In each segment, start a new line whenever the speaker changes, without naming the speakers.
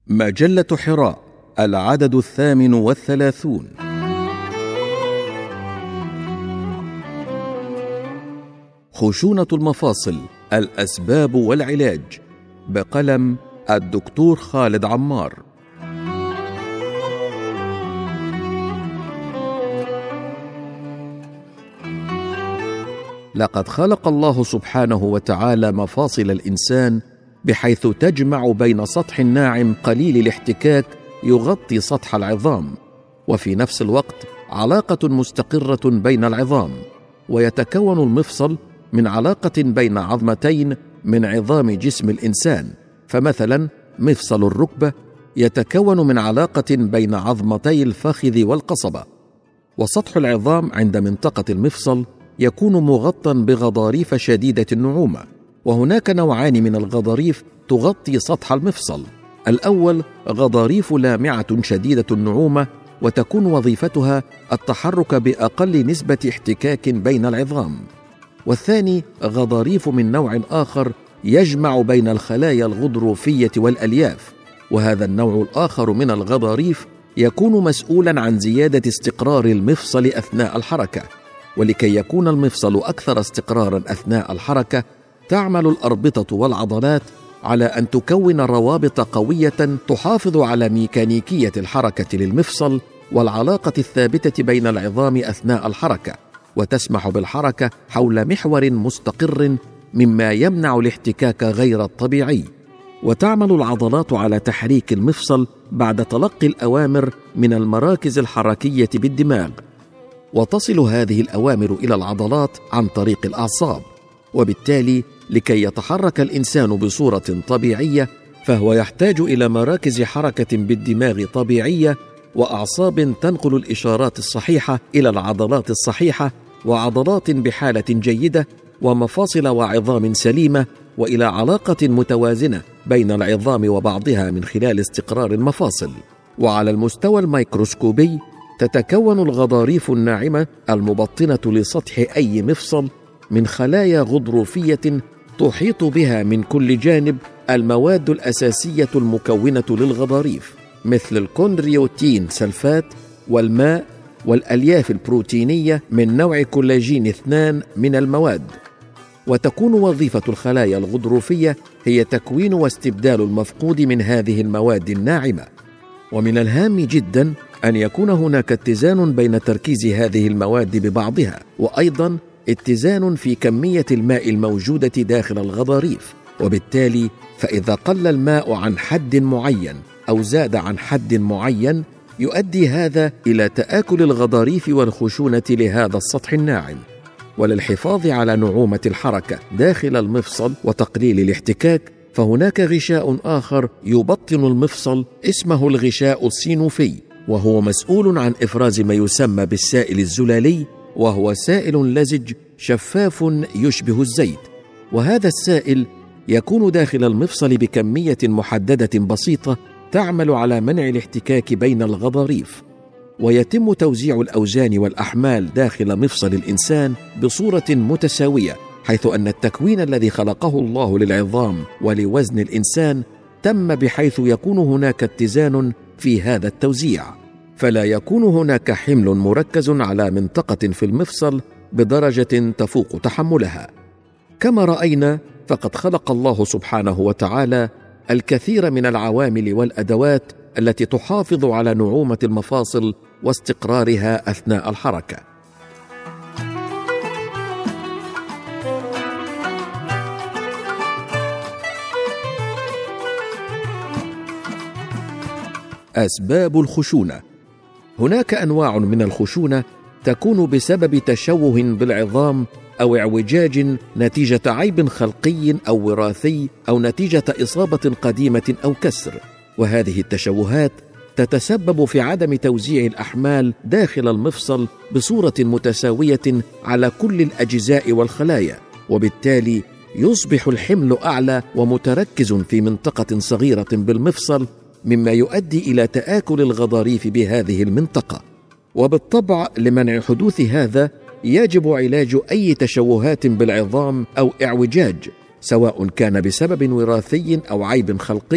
مجلة حراء، العدد 38. خشونة المفاصل، الأسباب والعلاج، بقلم الدكتور خالد عمار. لقد خلق الله سبحانه وتعالى مفاصل الإنسان بحيث تجمع بين سطح ناعم قليل الاحتكاك يغطي سطح العظام، وفي نفس الوقت علاقة مستقرة بين العظام، ويتكون المفصل من علاقة بين عظمتين من عظام جسم الإنسان. فمثلا مفصل الركبة يتكون من علاقة بين عظمتي الفخذ والقصبة. وسطح العظام عند منطقة المفصل يكون مغطى بغضاريف شديدة النعومة، وهناك نوعان من الغضاريف تغطي سطح المفصل. الأول غضاريف لامعة شديدة النعومة، وتكون وظيفتها التحرك بأقل نسبة احتكاك بين العظام. والثاني غضاريف من نوع آخر يجمع بين الخلايا الغضروفية والألياف، وهذا النوع الآخر من الغضاريف يكون مسؤولا عن زيادة استقرار المفصل أثناء الحركة. ولكي يكون المفصل أكثر استقرارا أثناء الحركة، تعمل الأربطة والعضلات على أن تكون روابط قوية تحافظ على ميكانيكية الحركة للمفصل والعلاقة الثابتة بين العظام أثناء الحركة، وتسمح بالحركة حول محور مستقر مما يمنع الاحتكاك غير الطبيعي. وتعمل العضلات على تحريك المفصل بعد تلقي الأوامر من المراكز الحركية بالدماغ، وتصل هذه الأوامر إلى العضلات عن طريق الأعصاب. وبالتالي لكي يتحرك الإنسان بصورة طبيعية فهو يحتاج إلى مراكز حركة بالدماغ طبيعية، وأعصاب تنقل الإشارات الصحيحة إلى العضلات الصحيحة، وعضلات بحالة جيدة، ومفاصل وعظام سليمة، وإلى علاقة متوازنة بين العظام وبعضها من خلال استقرار المفاصل. وعلى المستوى الميكروسكوبي تتكون الغضاريف الناعمة المبطنة لسطح أي مفصل من خلايا غضروفية تحيط بها من كل جانب المواد الأساسية المكونة للغضاريف، مثل الكوندرويتين سلفات والماء والألياف البروتينية من نوع كولاجين 2 من المواد. وتكون وظيفة الخلايا الغضروفية هي تكوين واستبدال المفقود من هذه المواد الناعمة. ومن الهام جدا أن يكون هناك اتزان بين تركيز هذه المواد ببعضها، وأيضا اتزان في كمية الماء الموجودة داخل الغضاريف. وبالتالي فإذا قل الماء عن حد معين أو زاد عن حد معين يؤدي هذا إلى تآكل الغضاريف والخشونة لهذا السطح الناعم. وللحفاظ على نعومة الحركة داخل المفصل وتقليل الاحتكاك، فهناك غشاء آخر يبطن المفصل اسمه الغشاء السينوفي، وهو مسؤول عن إفراز ما يسمى بالسائل الزلالي، وهو سائل لزج شفاف يشبه الزيت. وهذا السائل يكون داخل المفصل بكمية محددة بسيطة تعمل على منع الاحتكاك بين الغضاريف. ويتم توزيع الأوزان والأحمال داخل مفصل الإنسان بصورة متساوية، حيث أن التكوين الذي خلقه الله للعظام ولوزن الإنسان تم بحيث يكون هناك اتزان في هذا التوزيع، فلا يكون هناك حمل مركز على منطقة في المفصل بدرجة تفوق تحملها. كما رأينا فقد خلق الله سبحانه وتعالى الكثير من العوامل والأدوات التي تحافظ على نعومة المفاصل واستقرارها أثناء الحركة. أسباب الخشونة. هناك أنواع من الخشونة تكون بسبب تشوه بالعظام أو اعوجاج نتيجة عيب خلقي أو وراثي أو نتيجة إصابة قديمة أو كسر. وهذه التشوهات تتسبب في عدم توزيع الأحمال داخل المفصل بصورة متساوية على كل الأجزاء والخلايا، وبالتالي يصبح الحمل أعلى ومتركز في منطقة صغيرة بالمفصل، مما يؤدي إلى تآكل الغضاريف بهذه المنطقة. وبالطبع لمنع حدوث هذا يجب علاج أي تشوهات بالعظام أو اعوجاج، سواء كان بسبب وراثي أو عيب خلقي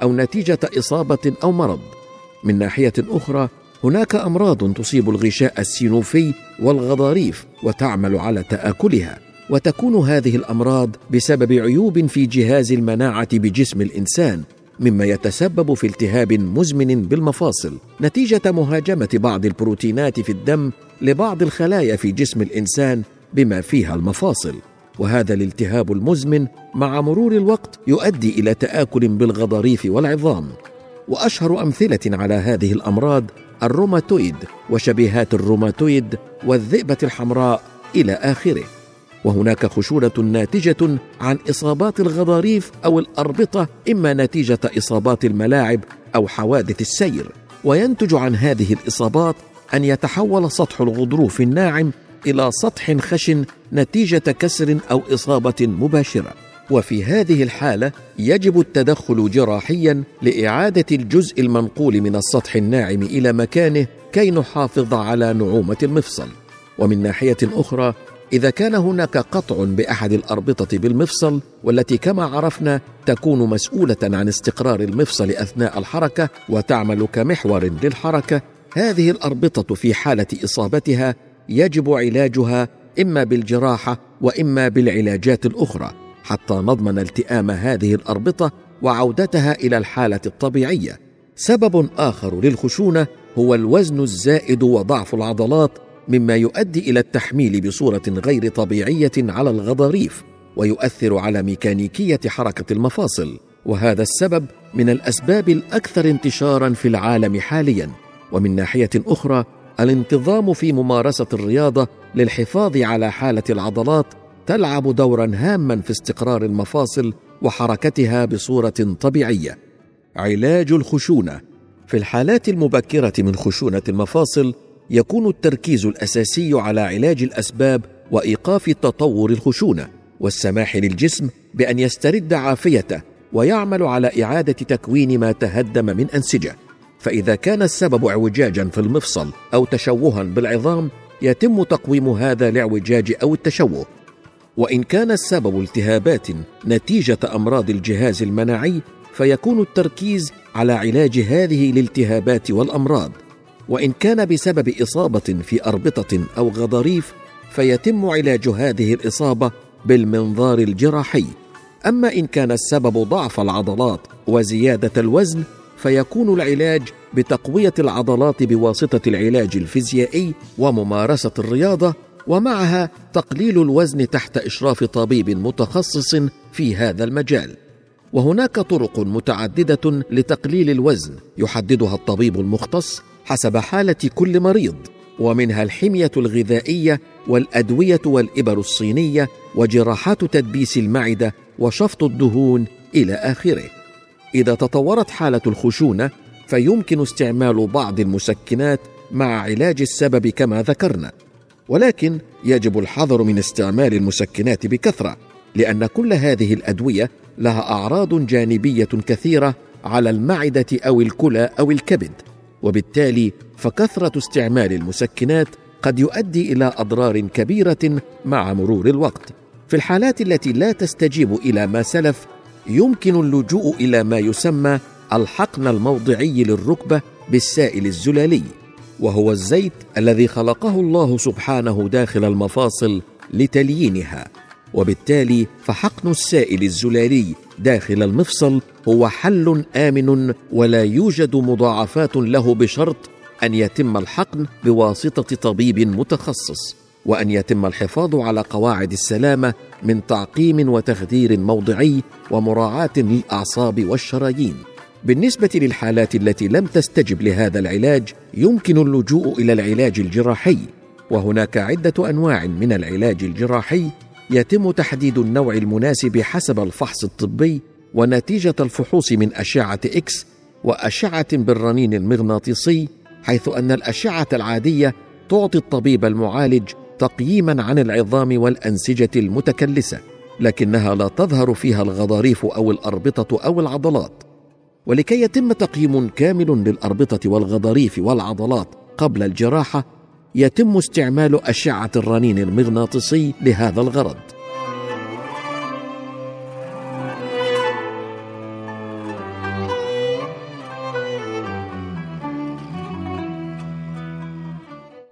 أو نتيجة إصابة أو مرض. من ناحية أخرى هناك أمراض تصيب الغشاء السينوفي والغضاريف وتعمل على تآكلها، وتكون هذه الأمراض بسبب عيوب في جهاز المناعة بجسم الإنسان، مما يتسبب في التهاب مزمن بالمفاصل نتيجة مهاجمة بعض البروتينات في الدم لبعض الخلايا في جسم الإنسان بما فيها المفاصل. وهذا الالتهاب المزمن مع مرور الوقت يؤدي إلى تآكل بالغضاريف والعظام. وأشهر أمثلة على هذه الأمراض الروماتويد وشبيهات الروماتويد والذئبة الحمراء إلى آخره. وهناك خشونة ناتجة عن إصابات الغضاريف أو الأربطة، إما نتيجة إصابات الملاعب أو حوادث السير، وينتج عن هذه الإصابات أن يتحول سطح الغضروف الناعم إلى سطح خشن نتيجة كسر أو إصابة مباشرة. وفي هذه الحالة يجب التدخل جراحيا لإعادة الجزء المنقول من السطح الناعم إلى مكانه كي نحافظ على نعومة المفصل. ومن ناحية أخرى إذا كان هناك قطع بأحد الأربطة بالمفصل، والتي كما عرفنا تكون مسؤولة عن استقرار المفصل أثناء الحركة وتعمل كمحور للحركة، هذه الأربطة في حالة إصابتها يجب علاجها إما بالجراحة وإما بالعلاجات الأخرى حتى نضمن التئام هذه الأربطة وعودتها إلى الحالة الطبيعية. سبب آخر للخشونة هو الوزن الزائد وضعف العضلات، مما يؤدي إلى التحميل بصورة غير طبيعية على الغضاريف ويؤثر على ميكانيكية حركة المفاصل، وهذا السبب من الأسباب الأكثر انتشارا في العالم حاليا. ومن ناحية أخرى الانتظام في ممارسة الرياضة للحفاظ على حالة العضلات تلعب دورا هاما في استقرار المفاصل وحركتها بصورة طبيعية. علاج الخشونة: في الحالات المبكرة من خشونة المفاصل يكون التركيز الأساسي على علاج الأسباب وإيقاف تطور الخشونة، والسماح للجسم بأن يسترد عافيته ويعمل على إعادة تكوين ما تهدم من أنسجة. فإذا كان السبب اعوجاجا في المفصل أو تشوها بالعظام يتم تقويم هذا الاعوجاج أو التشوه. وإن كان السبب التهابات نتيجة أمراض الجهاز المناعي فيكون التركيز على علاج هذه الالتهابات والأمراض. وإن كان بسبب إصابة في أربطة أو غضاريف فيتم علاج هذه الإصابة بالمنظار الجراحي. أما إن كان السبب ضعف العضلات وزيادة الوزن فيكون العلاج بتقوية العضلات بواسطة العلاج الفيزيائي وممارسة الرياضة، ومعها تقليل الوزن تحت إشراف طبيب متخصص في هذا المجال. وهناك طرق متعددة لتقليل الوزن يحددها الطبيب المختص حسب حالة كل مريض، ومنها الحمية الغذائية والأدوية والإبر الصينية وجراحات تدبيس المعدة وشفط الدهون إلى آخره. إذا تطورت حالة الخشونة فيمكن استعمال بعض المسكنات مع علاج السبب كما ذكرنا، ولكن يجب الحذر من استعمال المسكنات بكثرة، لأن كل هذه الأدوية لها أعراض جانبية كثيرة على المعدة أو الكلى أو الكبد، وبالتالي فكثرة استعمال المسكنات قد يؤدي إلى أضرار كبيرة مع مرور الوقت. في الحالات التي لا تستجيب إلى ما سلف يمكن اللجوء إلى ما يسمى الحقن الموضعي للركبة بالسائل الزلالي، وهو الزيت الذي خلقه الله سبحانه داخل المفاصل لتليينها، وبالتالي فحقن السائل الزلالي داخل المفصل هو حل آمن ولا يوجد مضاعفات له، بشرط أن يتم الحقن بواسطة طبيب متخصص، وأن يتم الحفاظ على قواعد السلامة من تعقيم وتخدير موضعي ومراعاة للأعصاب والشرايين. بالنسبة للحالات التي لم تستجب لهذا العلاج يمكن اللجوء إلى العلاج الجراحي، وهناك عدة أنواع من العلاج الجراحي يتم تحديد النوع المناسب حسب الفحص الطبي ونتيجة الفحوص من أشعة إكس وأشعة بالرنين المغناطيسي، حيث أن الأشعة العادية تعطي الطبيب المعالج تقييما عن العظام والأنسجة المتكلسة، لكنها لا تظهر فيها الغضاريف أو الأربطة أو العضلات. ولكي يتم تقييم كامل للأربطة والغضاريف والعضلات قبل الجراحة يتم استعمال أشعة الرنين المغناطيسي لهذا الغرض.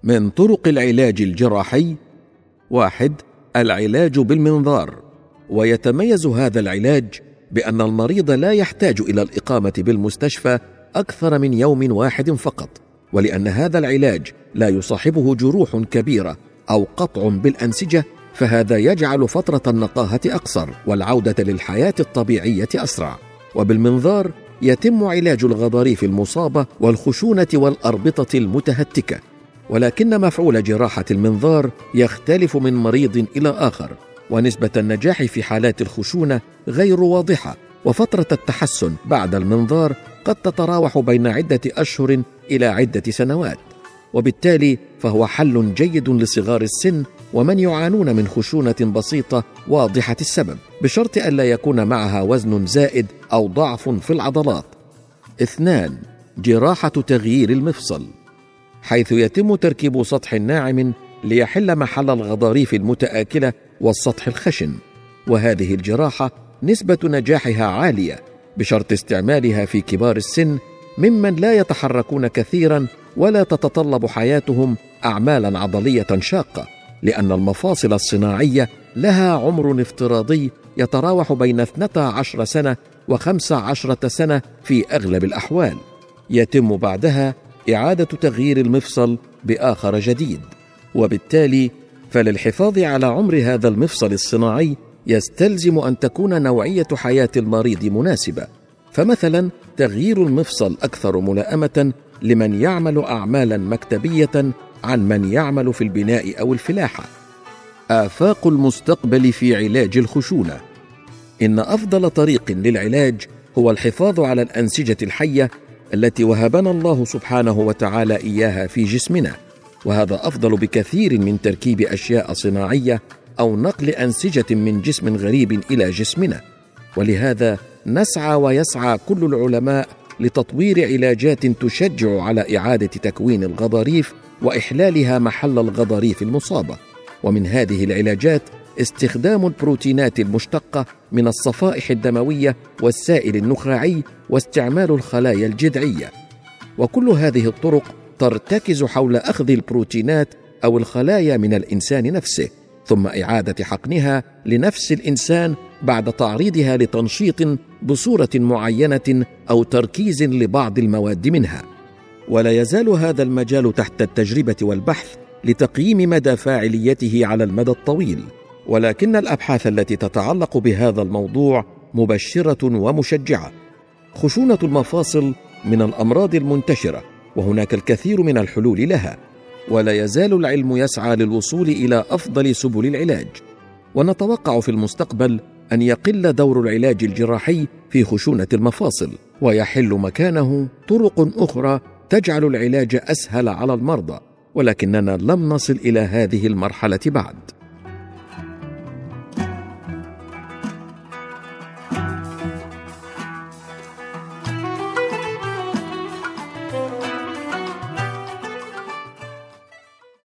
من طرق العلاج الجراحي: 1. العلاج بالمنظار، ويتميز هذا العلاج بأن المريض لا يحتاج إلى الإقامة بالمستشفى أكثر من يوم واحد فقط، ولأن هذا العلاج لا يصاحبه جروح كبيرة أو قطع بالأنسجة، فهذا يجعل فترة النقاهة أقصر والعودة للحياة الطبيعية أسرع. وبالمنظار يتم علاج الغضاريف المصابة والخشونة والأربطة المتهتكة، ولكن مفعول جراحة المنظار يختلف من مريض إلى آخر، ونسبة النجاح في حالات الخشونة غير واضحة، وفترة التحسن بعد المنظار قد تتراوح بين عدة أشهر إلى عدة سنوات، وبالتالي فهو حل جيد لصغار السن ومن يعانون من خشونة بسيطة واضحة السبب، بشرط ألا يكون معها وزن زائد أو ضعف في العضلات. 2. جراحة تغيير المفصل، حيث يتم تركيب سطح ناعم ليحل محل الغضاريف المتآكلة والسطح الخشن، وهذه الجراحة نسبة نجاحها عالية بشرط استعمالها في كبار السن ممن لا يتحركون كثيرا ولا تتطلب حياتهم أعمالا عضلية شاقة، لأن المفاصل الصناعية لها عمر افتراضي يتراوح بين 12 سنة و15 سنة في أغلب الأحوال، يتم بعدها إعادة تغيير المفصل بآخر جديد، وبالتالي فللحفاظ على عمر هذا المفصل الصناعي يستلزم أن تكون نوعية حياة المريض مناسبة، فمثلا تغيير المفصل أكثر ملائمة لمن يعمل أعمالا مكتبية عن من يعمل في البناء أو الفلاحة. آفاق المستقبل في علاج الخشونة: إن أفضل طريق للعلاج هو الحفاظ على الأنسجة الحية التي وهبنا الله سبحانه وتعالى إياها في جسمنا، وهذا أفضل بكثير من تركيب أشياء صناعية أو نقل أنسجة من جسم غريب إلى جسمنا. ولهذا نسعى ويسعى كل العلماء لتطوير علاجات تشجع على إعادة تكوين الغضاريف وإحلالها محل الغضاريف المصابة، ومن هذه العلاجات استخدام البروتينات المشتقة من الصفائح الدموية والسائل النخاعي واستعمال الخلايا الجذعية، وكل هذه الطرق ترتكز حول أخذ البروتينات أو الخلايا من الإنسان نفسه، ثم إعادة حقنها لنفس الإنسان بعد تعريضها لتنشيط بصورة معينة أو تركيز لبعض المواد منها. ولا يزال هذا المجال تحت التجربة والبحث لتقييم مدى فاعليته على المدى الطويل، ولكن الأبحاث التي تتعلق بهذا الموضوع مبشرة ومشجعة. خشونة المفاصل من الأمراض المنتشرة، وهناك الكثير من الحلول لها، ولا يزال العلم يسعى للوصول إلى أفضل سبل العلاج، ونتوقع في المستقبل أن يقل دور العلاج الجراحي في خشونة المفاصل، ويحل مكانه طرق أخرى تجعل العلاج أسهل على المرضى، ولكننا لم نصل إلى هذه المرحلة بعد.